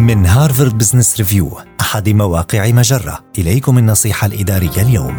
من هارفارد بزنس ريفيو أحد مواقع مجرة، إليكم النصيحة الإدارية اليوم.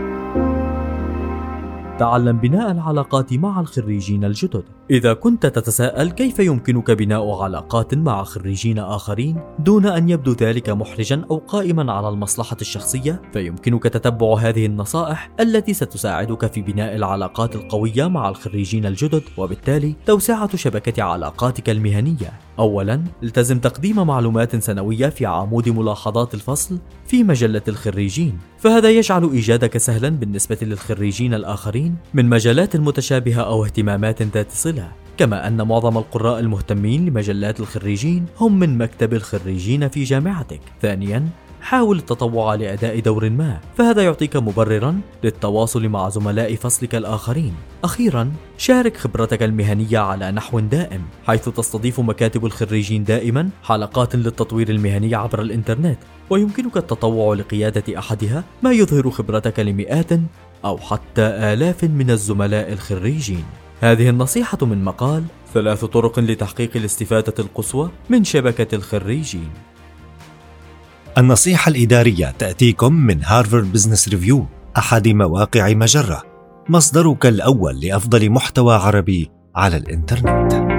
تعلم بناء العلاقات مع الخريجين الجدد. إذا كنت تتساءل كيف يمكنك بناء علاقات مع خريجين آخرين دون أن يبدو ذلك محرجا أو قائما على المصلحة الشخصية، فيمكنك تتبع هذه النصائح التي ستساعدك في بناء العلاقات القوية مع الخريجين الجدد، وبالتالي توسعة شبكة علاقاتك المهنية. أولا، التزم تقديم معلومات سنوية في عمود ملاحظات الفصل في مجلة الخريجين، فهذا يجعل إيجادك سهلا بالنسبة للخريجين الآخرين من مجالات متشابهة أو اهتمامات ذات صلة. كما أن معظم القراء المهتمين لمجلات الخريجين هم من مكتب الخريجين في جامعتك. ثانيا، حاول التطوع لأداء دور ما، فهذا يعطيك مبررا للتواصل مع زملاء فصلك الآخرين. أخيرا، شارك خبرتك المهنية على نحو دائم، حيث تستضيف مكاتب الخريجين دائما حلقات للتطوير المهني عبر الإنترنت، ويمكنك التطوع لقيادة أحدها، ما يظهر خبرتك لمئات أو حتى آلاف من الزملاء الخريجين. هذه النصيحة من مقال 3 طرق لتحقيق الاستفادة القصوى من شبكة الخريجين. النصيحة الإدارية تأتيكم من هارفارد بزنس ريفيو أحد مواقع مجرة، مصدرك الأول لأفضل محتوى عربي على الإنترنت.